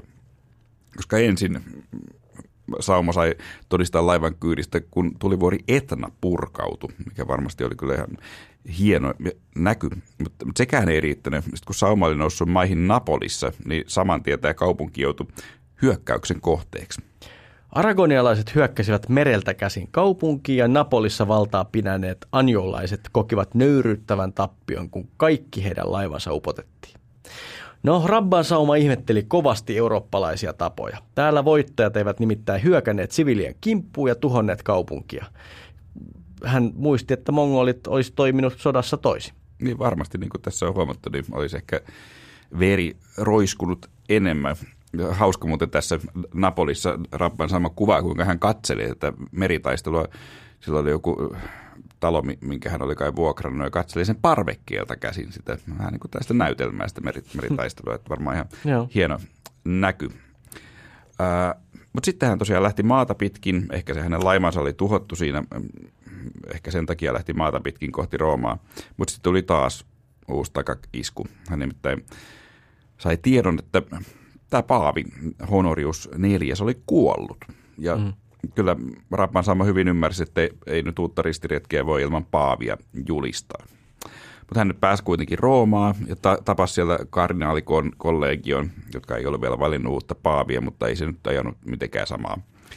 Koska ensin sauma sai todistaa laivan kyydistä, kun tulivuori Etna purkautui, mikä varmasti oli kyllä ihan hieno näky. Mutta sekään ei riittänyt. Sitten kun sauma oli noussut maihin Napolissa, niin saman tien tämä kaupunki joutui hyökkäyksen kohteeksi. Aragonialaiset hyökkäsivät mereltä käsin kaupunkiin ja Napolissa valtaa pidäneet anjolaiset kokivat nöyryyttävän tappion, kun kaikki heidän laivansa upotettiin. No, Rabban sauma ihmetteli kovasti eurooppalaisia tapoja. Täällä voittajat eivät nimittäin hyökänneet siviilien kimppuun ja tuhonneet kaupunkia. Hän muisti, että mongolit olisi toiminut sodassa toisin. Niin varmasti, niin kuin tässä on huomattu, niin olisi ehkä veri roiskunut enemmän. Hauska muuten tässä Napolissa Rabban sauma kuvaa, kuinka hän katseli tätä meritaistelua. Silloin oli joku talo, minkä hän oli kai vuokrannut, ja katseli sen parvekkeelta käsin sitä, vähän niin kuin tästä näytelmästä meritaistelua, että varmaan ihan Joo. hieno näky. Äh, mutta sitten hän tosiaan lähti maata pitkin, ehkä se hänen laimansa oli tuhottu siinä, ehkä sen takia lähti maata pitkin kohti Roomaa, mutta sitten tuli taas uusi takaisku. Hän nimittäin sai tiedon, että tämä paavi Honorius neljäs oli kuollut. Ja mm. kyllä Rabban Sauma hyvin ymmärsi, että ei, ei nyt uutta ristiretkeä voi ilman paavia julistaa. Mutta hän nyt pääsi kuitenkin Roomaan ja ta- tapasi siellä kardinaalikollegion, jotka ei ole vielä valinnut uutta paavia, mutta ei se nyt ajanut mitenkään samaa,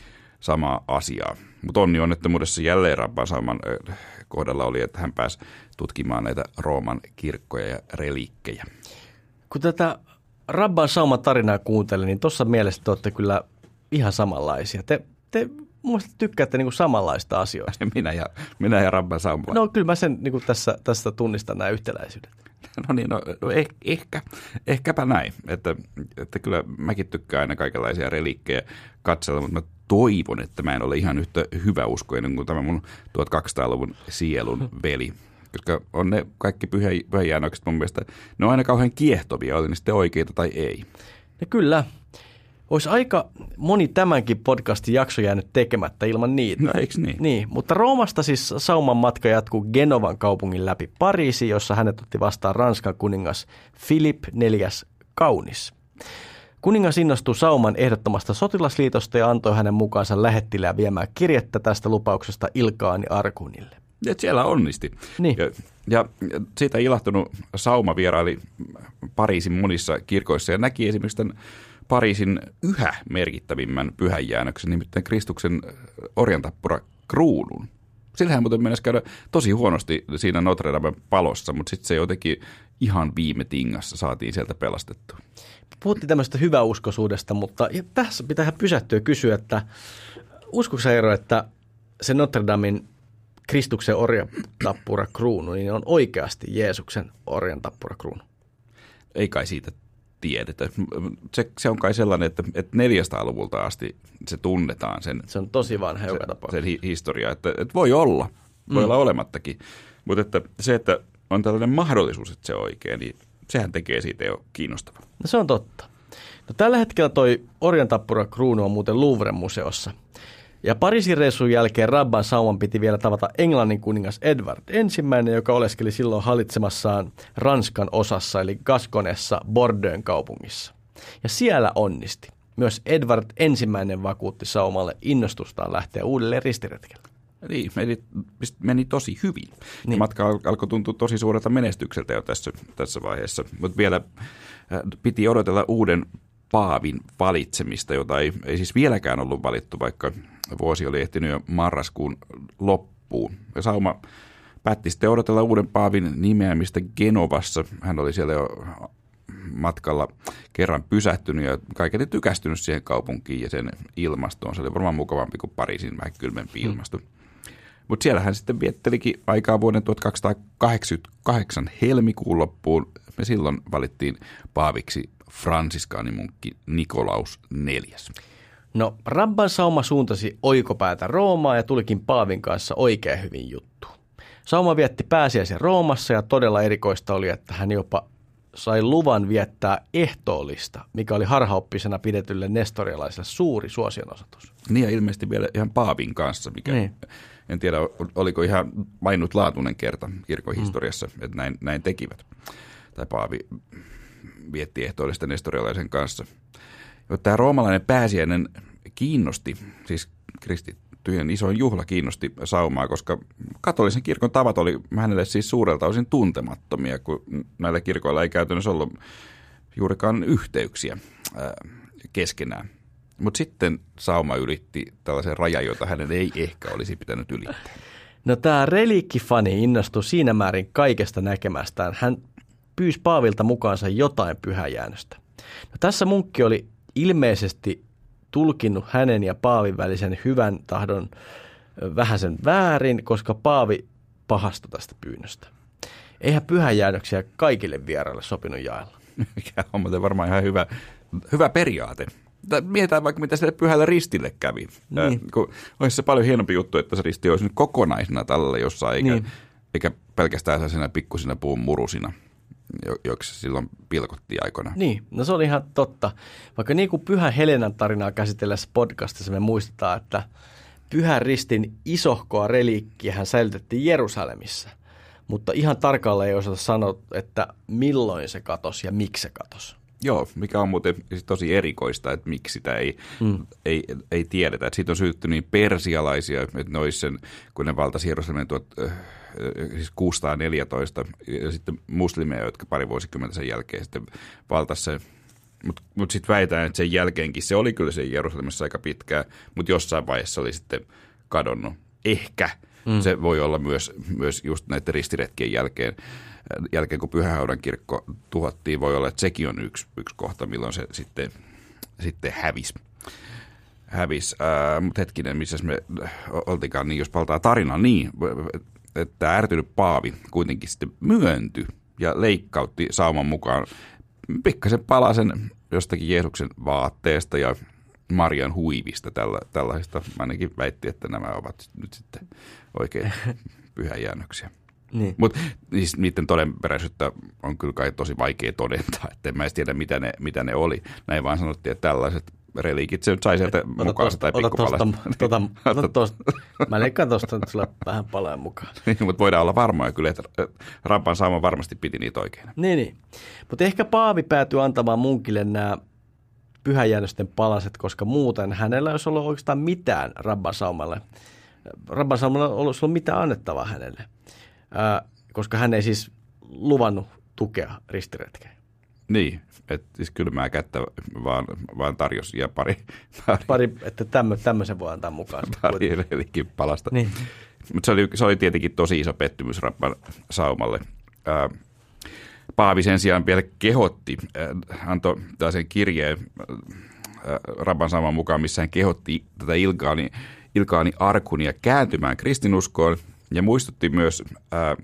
samaa asiaa. Mutta onni onnettomuudessa jälleen Rabban Sauman kohdalla oli, että hän pääsi tutkimaan näitä Rooman kirkkoja ja reliikkejä. Kun tätä Rabban Sauman tarinaa kuuntelin, niin tuossa mielessä te olette kyllä ihan samanlaisia. Te, te muista tykkäätte niinku samanlaista asioista. Minä ja, minä ja Rabban Sauma. No kyllä mä sen niinku tässä, tässä tunnistan nämä yhtäläisyydet. No niin, no, no eh, ehkä, ehkäpä näin. Että, että kyllä mäkin tykkään aina kaikenlaisia reliikkejä katsella, mutta mä toivon, että mä en ole ihan yhtä hyväuskoinen kuin tämä mun tuhatkaksisataaluvun sielun veli. Koska on ne kaikki pyhäjäännökset mun mielestä, ne on aina kauhean kiehtovia, oli ne sitten oikeita tai ei. No kyllä. Olisi aika moni tämänkin podcastin jakso jäänyt tekemättä ilman niitä. No eikö niin? Niin, mutta Roomasta siis Sauman matka jatkuu Genovan kaupungin läpi Pariisiin, jossa hänet otti vastaan Ranskan kuningas Philip neljäs Kaunis. Kuningas innostui Sauman ehdottomasta sotilasliitosta ja antoi hänen mukaansa lähettilään viemään kirjettä tästä lupauksesta Ilkaani Arkunille. Et siellä onnisti. Niin. Ja, ja siitä ilahtunut Sauma vieraili Pariisin monissa kirkoissa ja näki esimerkiksi tämän Pariisin yhä merkittävimmän pyhäjäännöksen, nimittäin Kristuksen orjantappura kruunun. Sillähän muuten mennessä käydä tosi huonosti siinä Notre Damen palossa, mutta sitten se jotenkin ihan viime tingassa saatiin sieltä pelastettua. Puhuttiin tämmöistä hyväuskoisuudesta, mutta tässä pitää pysähtyä ja kysyä, että uskoiko Eero, että se Notre Damen Kristuksen orjantappura kruunu niin on oikeasti Jeesuksen orjantappura kruunu? Ei kai siitä tiedetä. Se, se on kai sellainen, että, että neljäsataaluvulta asti se tunnetaan. Sen, se on tosi vanha joka tapauksessa. Sen hi- historia, että, että voi olla, voi mm. olla olemattakin. Mutta että se, että on tällainen mahdollisuus, että se on oikein, niin sehän tekee siitä jo kiinnostavaa. No se on totta. No, tällä hetkellä toi orjantappura kruunu on muuten Louvren museossa. Ja Pariisin reissun jälkeen Rabban Sauman piti vielä tavata Englannin kuningas Edward ensimmäinen, joka oleskeli silloin hallitsemassaan Ranskan osassa, eli Gasconessa Bordeauxn kaupungissa. Ja siellä onnisti. Myös Edward ensimmäinen vakuutti Saumalle innostustaan lähteä uudelleen ristiretkelle. Eli meni, meni tosi hyvin. Niin. Matka alkoi tuntua tosi suurelta menestykseltä jo tässä, tässä vaiheessa, mutta vielä piti odotella uuden paavin valitsemista, jota ei, ei siis vieläkään ollut valittu, vaikka vuosi oli ehtinyt jo marraskuun loppuun. Ja Sauma päätti sitten odotella uuden paavin nimeämistä Genovassa. Hän oli siellä jo matkalla kerran pysähtynyt ja kaiketi tykästynyt siihen kaupunkiin ja sen ilmastoon. Se oli varmaan mukavampi kuin Pariisin vähän kylmempi ilmasto. Hmm. Mutta siellä hän sitten viettelikin aikaa vuoden tuhatkaksisataakahdeksankymmentäkahdeksan helmikuun loppuun. Me silloin valittiin paaviksi fransiskaanimunkki Nikolaus neljäs. No, Rabban Sauma suuntasi oikopäätä Roomaan ja tulikin paavin kanssa oikein hyvin juttu. Sauma vietti pääsiäisen Roomassa ja todella erikoista oli, että hän jopa sai luvan viettää ehtoollista, mikä oli harhaoppisena pidetylle nestorialaiselle suuri suosionosoitus. Niin ja ilmeisesti vielä ihan paavin kanssa, mikä niin. En tiedä oliko ihan ainutlaatuinen kerta kirkon historiassa, mm. että näin, näin tekivät. Tai paavi vietti ehtoollista nestorialaisen kanssa. Tämä roomalainen pääsiäinen kiinnosti, siis kristittyjen isoin juhla kiinnosti Saumaa, koska katolisen kirkon tavat oli hänelle siis suurelta osin tuntemattomia, kun näillä kirkoilla ei käytännössä ollut juurikaan yhteyksiä ää, keskenään. Mutta sitten Sauma ylitti tällaisen rajan, jota hänen ei ehkä olisi pitänyt ylittää. No tämä reliikkifani innostui siinä määrin kaikesta näkemästään. Hän pyysi paavilta mukaansa jotain pyhäjäännöstä. No, tässä munkki oli ilmeisesti tulkinnut hänen ja paavin välisen hyvän tahdon vähäsen väärin, koska paavi pahastui tästä pyynnöstä. Eihän pyhäjäännöksiä kaikille vieraille sopinut jaella. Mikä on muuten varmaan ihan hyvä, hyvä periaate. Mietitään vaikka, mitä sille pyhälle ristille kävi. Niin. Äh, kun olisi se paljon hienompi juttu, että se risti olisi nyt kokonaisena tällä jossain, eikä, niin. eikä pelkästään sellaisena pikkusina puun murusina, joiksi silloin pilkottiin aikana. Niin, no se oli ihan totta. Vaikka niin kuin Pyhän Helenan tarinaa käsitellessä podcastissa me muistetaan, että Pyhän ristin isohkoa reliikkiä hän säilytettiin Jerusalemissa, mutta ihan tarkalleen ei osata sanoa, että milloin se katosi ja miksi se katosi. Joo, mikä on muuten tosi erikoista, että miksi sitä ei, mm. ei, ei tiedetä. Että siitä on syytty niin persialaisia, että ne olisi sen, kun ne valtasi Jerusalemin siis kuusisataaneljätoista, ja sitten muslimeja, jotka pari vuosikymmentä sen jälkeen sitten valtasi sen. Mutta mut sitten väitän, että sen jälkeenkin se oli kyllä se Jerusalemissa aika pitkään, mutta jossain vaiheessa oli sitten kadonnut. Ehkä mm. se voi olla myös, myös just näiden ristiretkien jälkeen, jälkeen kun Pyhähaudan kirkko tuhottiin, voi olla, että sekin on yksi, yksi kohta, milloin se sitten, sitten hävisi. Hävis. Äh, mutta hetkinen, missä me oltikaan, niin jos palataan tarinaan niin, että ärtynyt paavi kuitenkin sitten myöntyi ja leikkautti sauman mukaan pikkasen palasen jostakin Jeesuksen vaatteesta ja Marian huivista tällä, tällaista. Mä ainakin väitti, että nämä ovat nyt sitten oikein pyhäjäännöksiä. Niin. Mutta siis niiden todenperäisyyttä on kyllä kai tosi vaikea todentaa, että en mä edes tiedä, mitä ne, mitä ne oli. Näin vaan sanottiin, että tällaiset reliikit se nyt sai sieltä mukaan tai pikkupalasta. Tota, mä leikkaan tuosta nyt sulle vähän palaan mukaan. Niin, mutta voidaan olla varmoja kyllä, että Rabban Sauma varmasti piti niitä oikein. Niin, niin. Mutta ehkä paavi päätyi antamaan munkille nämä pyhäjäännösten palaset, koska muuten hänellä ei olisi ollut oikeastaan mitään Rabban Saumalle. Rabban Saumalla ei ollut mitään annettavaa hänelle, ää, koska hän ei siis luvannut tukea ristiretkeä. Niin, että siis kylmää kättä vaan, vaan tarjosi ja pari. Pari, pari että tämmö, tämmöisen voi antaa mukaan. Pari reliikin palasta. Niin. Mutta se oli, se oli tietenkin tosi iso pettymys Rabban Saumalle. Ää, Paavi sen sijaan vielä kehotti, ää, antoi tällaisen kirjeen ää, Rabban Sauman mukaan, missä hän kehotti tätä Ilkaani, Ilkaani Arkunia kääntymään kristinuskoon ja muistutti myös ää,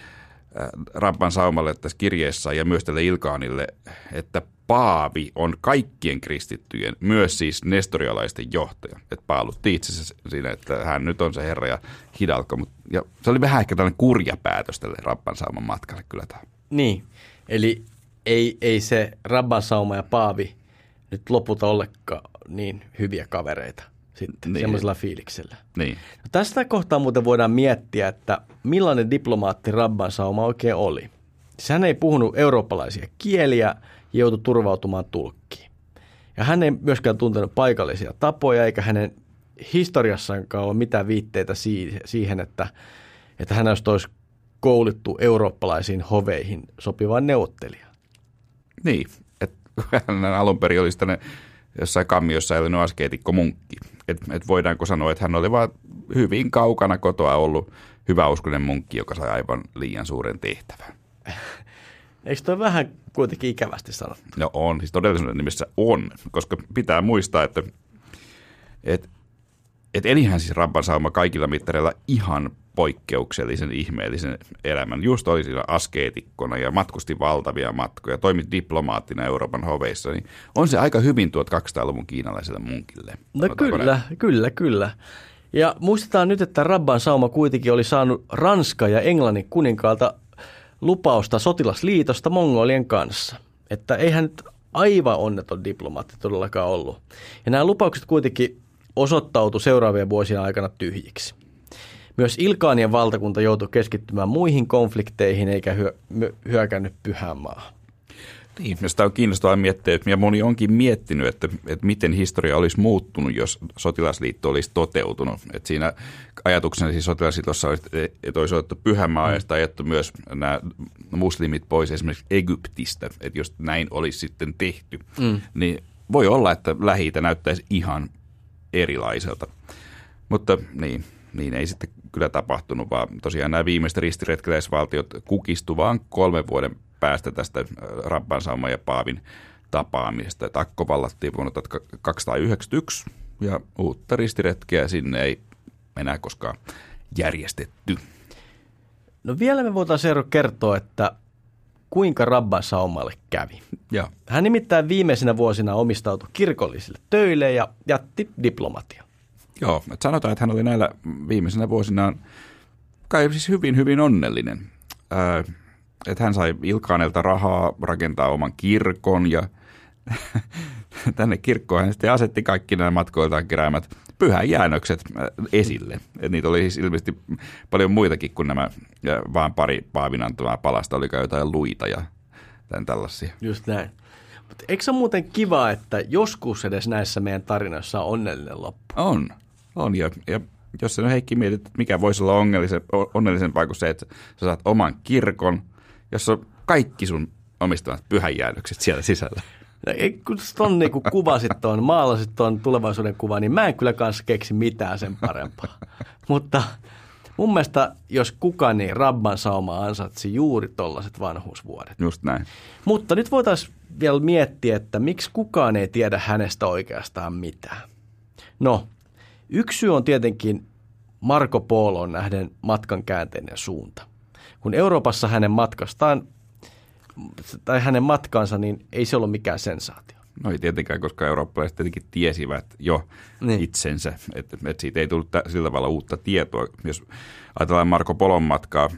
Rabban Saumalle tässä kirjeessä ja myös tälle Ilkaanille, että paavi on kaikkien kristittyjen, myös siis nestorialaisten johtaja. Että paalutti itse siinä, että hän nyt on se herra ja hidalko. Ja se oli vähän ehkä tällainen kurja päätös tälle Rabban Sauman matkalle kyllä tämä. Niin, eli ei, ei se Rabban Sauma ja paavi nyt lopulta olekaan niin hyviä kavereita sitten niin. Semmoisella fiiliksellä. Niin. No tästä kohtaa muuten voidaan miettiä, että millainen diplomaatti Rabban Sauma oikein oli. Hän ei puhunut eurooppalaisia kieliä ja joutui turvautumaan tulkkiin. Ja hän ei myöskään tuntenut paikallisia tapoja, eikä hänen historiassaankaan ole mitään viitteitä siihen, että, että hän olisi koulittu eurooppalaisiin hoveihin sopivaan neuvottelijaan. Niin, että hän alun perin olisi tänne jossain kammiossa elänyt askeetikko munkki. Että et voidaanko sanoa, että hän oli vaan hyvin kaukana kotoa ollut hyväuskoinen munkki, joka sai aivan liian suuren tehtävän. Eikö toi vähän kuitenkin ikävästi sanottu? No on, siis todellisuuden nimessä on, koska pitää muistaa, että et, et elihän siis Rabban Sauma kaikilla mittareilla ihan poikkeuksellisen ihmeellisen elämän. Just oli siinä askeetikkona ja matkusti valtavia matkoja, toimi diplomaattina Euroopan hoveissa, niin on se aika hyvin tuhatkaksisataaluvun kiinalaiselle munkille. No kyllä, näin. kyllä, kyllä. Ja muistetaan nyt, että Rabban Sauma kuitenkin oli saanut Ranskan ja Englannin kuninkaalta lupausta sotilasliitosta mongolien kanssa. Että eihän nyt aivan onneton diplomaatti todellakaan ollut. Ja nämä lupaukset kuitenkin osoittautui seuraavien vuosien aikana tyhjiksi. Myös Ilkaanien valtakunta joutui keskittymään muihin konflikteihin eikä hyö, hyökännyt Pyhänmaahan. Niin, sitä on kiinnostavaa miettiä, ja moni onkin miettinyt, että, että miten historia olisi muuttunut, jos sotilasliitto olisi toteutunut. Että siinä ajatuksena siis sotilasliitossa olisi, että olisi otettu Pyhänmaa ja sitä ajettu myös nämä muslimit pois esimerkiksi Egyptistä. Että jos näin olisi sitten tehty, mm. niin voi olla, että Lähi-itä näyttäisi ihan erilaiselta. Mutta niin, niin ei sitten kyllä tapahtunut, vaan tosiaan nämä viimeiset ristiretkeläisvaltiot kukistu vaan kolmen vuoden päästä tästä Rabban Sauman ja paavin tapaamisesta. Akko vallattiin vuonna kaksisataayhdeksänkymmentäyksi ja uutta ristiretkeä sinne ei enää koskaan järjestetty. No vielä me voitaisiin kertoa, että kuinka Rabban Saumalle kävi. Ja. Hän nimittäin viimeisinä vuosina omistautui kirkollisille töille ja jätti diplomatia. Joo, että sanotaan, että hän oli näillä viimeisinä vuosinaan kai siis hyvin, hyvin onnellinen. Ää, että hän sai Ilkaanelta rahaa rakentaa oman kirkon ja tänne kirkkoon hän sitten asetti kaikki nämä matkoiltaan keräämät pyhäjäännökset esille. Et niitä oli siis ilmeisesti paljon muitakin kuin nämä ja vaan pari paavin antamaa palasta, oli jotain luita ja tämän tällaisia. Just näin. Eikö se ole muuten kiva, että joskus edes näissä meidän tarinoissa on onnellinen loppu? On, on. Ja, ja jos sä Heikki mietit, että mikä voisi olla onnellisen, onnellisempaa kuin se, että sä saat oman kirkon, jossa on kaikki sun omistamat pyhäjäännökset siellä sisällä. No, kun ton niin kuvasit tuon, maalasit tuon tulevaisuuden kuvan, niin mä en kyllä kanssa keksi mitään sen parempaa. Mutta mun mielestä, jos kukaan, niin Rabban Sauma ansaitsi juuri tollaiset vanhuusvuodet. Just näin. Mutta nyt voitaisiin vielä miettiä, että miksi kukaan ei tiedä hänestä oikeastaan mitään. No, yksi syy on tietenkin Marco Poloon nähden matkan käänteinen suunta. Kun Euroopassa hänen matkastaan, tai hänen matkansa, niin ei se ollut mikään sensaatio. No ei tietenkään, koska eurooppalaiset tietenkin tiesivät jo niin. itsensä, että, että siitä ei tullut sillä tavalla uutta tietoa. Jos ajatellaan Marco Polon matkaa,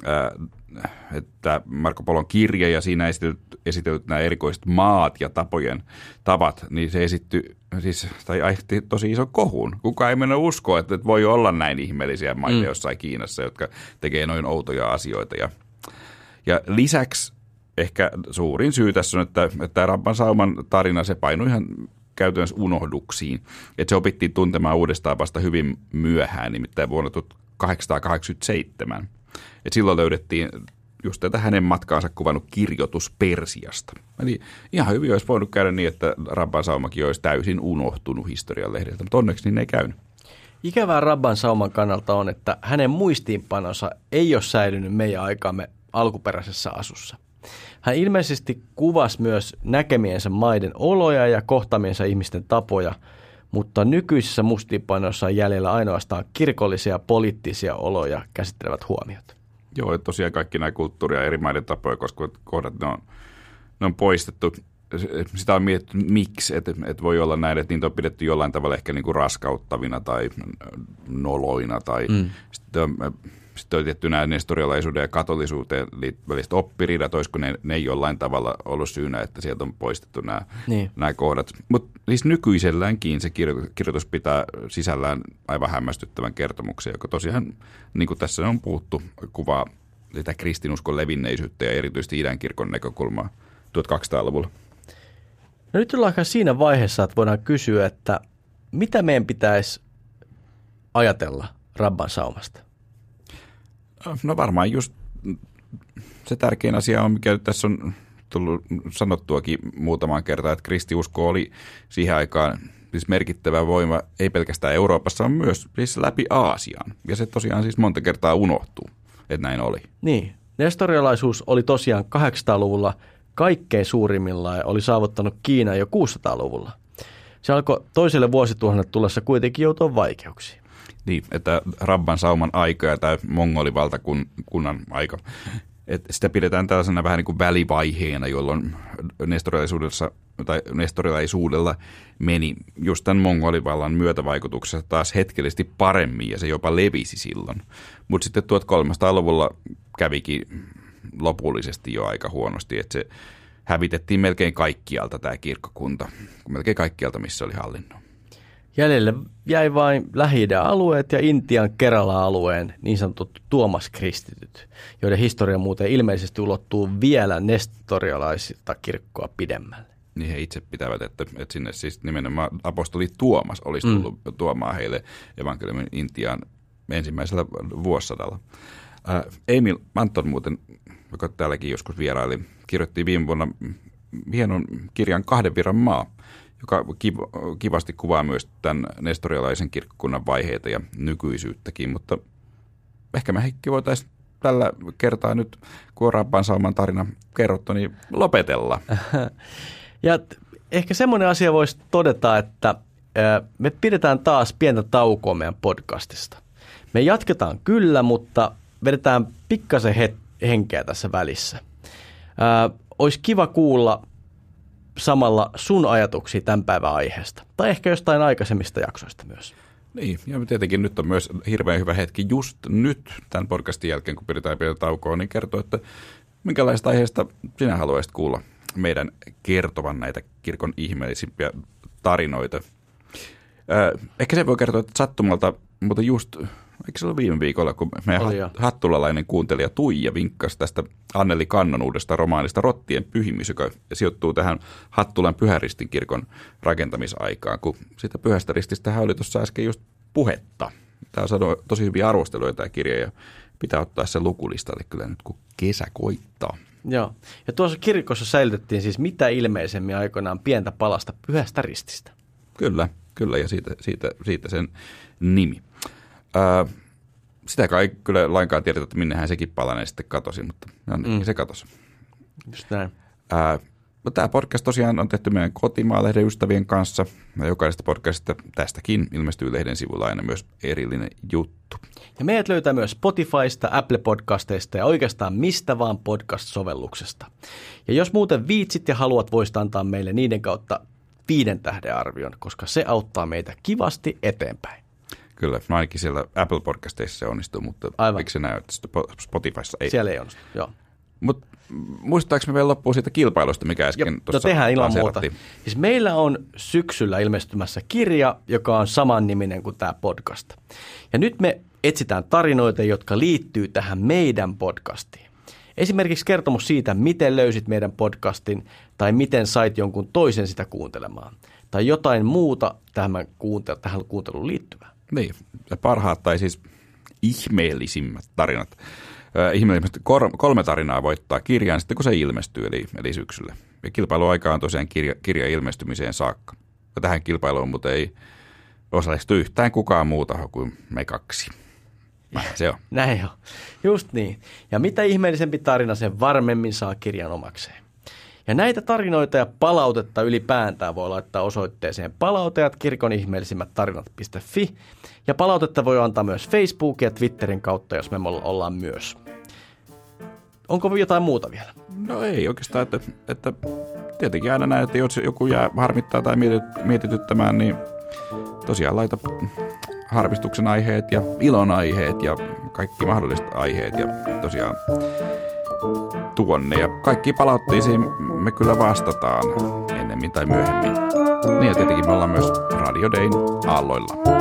että Marco Polon kirja ja siinä esitellyt, esitellyt nämä erikoiset maat ja tapojen tavat, niin se esittyi, siis, tai aiheutti tosi iso kohun. Kukaan ei mennä uskoa, että voi olla näin ihmeellisiä maita mm. jossain Kiinassa, jotka tekee noin outoja asioita. Ja, ja lisäksi ehkä suurin syy tässä on, että, että Rabban Sauman tarina, se painui ihan käytännössä unohduksiin. Että se opittiin tuntemaan uudestaan vasta hyvin myöhään, nimittäin vuonna tuhatkahdeksansataakahdeksankymmentäseitsemän. Et silloin löydettiin just tätä hänen matkaansa kuvannut kirjoitus Persiasta. Eli ihan hyvin olisi voinut käydä niin, että Rabban Saumakin olisi täysin unohtunut historian lehdiltä, mutta onneksi niin ei käynyt. Ikävää Rabban Sauman kannalta on, että hänen muistiinpanonsa ei ole säilynyt meidän aikaamme alkuperäisessä asussa. Hän ilmeisesti kuvasi myös näkemiensä maiden oloja ja kohtaamiensa ihmisten tapoja, mutta nykyisissä muistiinpanoissa on jäljellä ainoastaan kirkollisia ja poliittisia oloja käsittelevät huomiot. Joo, tosiaan kaikki nämä kulttuuria ja eri maiden tapoja koskevat kohdat, ne on, ne on poistettu. Sitä on mietitty, miksi, että, että voi olla näin, että niitä on pidetty jollain tavalla ehkä niin kuin raskauttavina tai noloina. Tai mm. sitten, on, sitten on tietty nämä nestorialaisuuden ja katolisuuteen liittyvät oppiriidat, olisiko ne, ne jollain tavalla ollut syynä, että sieltä on poistettu nämä, niin. nämä kohdat. Mutta siis nykyiselläänkin se kirjoitus pitää sisällään aivan hämmästyttävän kertomuksen, joka tosiaan, niin kuin tässä on puhuttu, kuvaa sitä kristinuskon levinneisyyttä ja erityisesti idän kirkon näkökulmaa tuhatkaksisataaluvulla. No nyt ollaan siinä vaiheessa, että voidaan kysyä, että mitä meidän pitäisi ajatella Rabban Saumasta? No varmaan just se tärkein asia on, mikä tässä on tullut sanottuakin muutamaan kertaan, että kristiusko oli siihen aikaan siis merkittävä voima, ei pelkästään Euroopassa, vaan myös siis läpi Aasian. Ja se tosiaan siis monta kertaa unohtuu, että näin oli. Niin, nestorialaisuus oli tosiaan kahdeksansataaluvulla kaikkein suurimmillaan ja oli saavuttanut Kiinan jo kuusisataaluvulla. Se alkoi toiselle vuosituhannelle tullessa kuitenkin joutua vaikeuksiin. Niin, että Rabban Sauman aika ja tämä mongolivaltakunnan aika, että sitä pidetään tällaisena vähän niin kuin välivaiheena, jolloin nestorialaisuudessa tai nestorialaisuudella meni just tämän mongolivallan myötävaikutuksessa taas hetkellisesti paremmin ja se jopa levisi silloin. Mutta sitten tuhatkolmesataaluvulla kävikin lopullisesti jo aika huonosti, että se hävitettiin melkein kaikkialta tämä kirkkokunta, melkein kaikkialta missä oli hallinnon. Jäljelle jäi vain Lähi-idän alueet ja Intian Kerala-alueen niin sanotut tuomaskristityt, joiden historia muuten ilmeisesti ulottuu vielä nestorialaisista kirkkoa pidemmälle. Niin he itse pitävät, että, että sinne siis nimenomaan apostoli Tuomas olisi tullut mm. tuomaan heille evankeliumin Intiaan ensimmäisellä vuosisadalla. Ää, Emil Manton muuten, joka täälläkin joskus vieraili, kirjoitti viime vuonna hienon kirjan Kahden virran maa, joka kivasti kuvaa myös tämän nestorialaisen kirkkokunnan vaiheita ja nykyisyyttäkin, mutta ehkä me Heikki voitaisiin tällä kertaa nyt, kun on Rabban Sauman tarina kerrottu, niin lopetella. Ja ehkä semmoinen asia voisi todeta, että me pidetään taas pientä taukoa meidän podcastista. Me jatketaan kyllä, mutta vedetään pikkasen henkeä tässä välissä. Olisi kiva kuulla samalla sun ajatuksia tämän päivän aiheesta. Tai ehkä jostain aikaisemmista jaksoista myös. Niin, ja tietenkin nyt on myös hirveän hyvä hetki just nyt tämän podcastin jälkeen, kun pidetään pientä taukoa, niin kertoo, että minkälaista aiheesta sinä haluaisit kuulla meidän kertovan näitä kirkon ihmeellisimpiä tarinoita. Ehkä se voi kertoa, että sattumalta, mutta just eikö se ollut viime viikolla, kun meidän Oli hat, hattulalainen kuuntelija Tuija vinkkasi tästä Anneli Kannon uudesta romaanista Rottien pyhimys, joka sijoittuu tähän Hattulan Pyhäristin kirkon rakentamisaikaan, kun siitä Pyhästä rististähän oli tuossa äsken just puhetta. Tämä on saanut tosi hyviä arvosteluja tämä kirja ja pitää ottaa se lukulistalle kyllä nyt, kun kesä koittaa. Joo. Ja tuossa kirkossa säilytettiin siis mitä ilmeisemmin aikoinaan pientä palasta Pyhästä rististä. Kyllä, kyllä ja siitä, siitä, siitä sen nimi. Ää, sitä kai ei kyllä lainkaan tiedetä, että minnehän sekin palanen sitten katosi, mutta mm. se katosi. Just näin. Ää, no, tämä podcast tosiaan on tehty meidän Kotimaa-lehden ystävien kanssa. Ja jokaisesta podcastista tästäkin ilmestyy lehden sivulla aina myös erillinen juttu. Ja meidät löytää myös Spotifysta, Apple-podcasteista ja oikeastaan mistä vaan podcast-sovelluksesta. Ja jos muuten viitsit ja haluat, voisit antaa meille niiden kautta viiden tähden arvion, koska se auttaa meitä kivasti eteenpäin. Kyllä, no ainakin siellä Apple-podcasteissa se onnistuu, mutta aivan. Eikö se näy, että Spotifyssa ei? Siellä ei onnistu, joo. Mutta muistaaks me vielä loppuun siitä kilpailusta, mikä äsken jo, tuossa no tehdään ilman muuta. Siis meillä on syksyllä ilmestymässä kirja, joka on saman niminen kuin tämä podcast. Ja nyt me etsitään tarinoita, jotka liittyy tähän meidän podcastiin. Esimerkiksi kertomus siitä, miten löysit meidän podcastin tai miten sait jonkun toisen sitä kuuntelemaan. Tai jotain muuta tähän, kuuntel- tähän kuunteluun liittyvää. Niin, parhaat tai siis ihmeellisimmät tarinat. Äh, ihmeellisimmät kolme tarinaa voittaa kirjaan sitten, kun se ilmestyy, eli, eli syksyllä. Ja kilpailuaika on tosiaan kirja, kirja ilmestymiseen saakka. Ja tähän kilpailuun mutta ei osallistu yhtään kukaan muuta kuin me kaksi. Näin se on. Näin on. Just niin. Ja mitä ihmeellisempi tarina, sen varmemmin saa kirjan omakseen. Ja näitä tarinoita ja palautetta ylipäätään voi laittaa osoitteeseen palautajat kirkon ihmeellisimmät tarinat piste fi. Ja palautetta voi antaa myös Facebook ja Twitterin kautta, jos me ollaan myös. Onko jotain muuta vielä? No ei oikeastaan, että, että tietenkin aina näin, että jos joku jää harmittaa tai mietityttämään, niin tosiaan laita harmistuksen aiheet ja ilon aiheet ja kaikki mahdolliset aiheet ja tosiaan tuonne. Ja kaikki palautteisiin me kyllä vastataan ennemmin tai myöhemmin. Niin ja tietenkin me ollaan myös Radio Dayn aalloilla.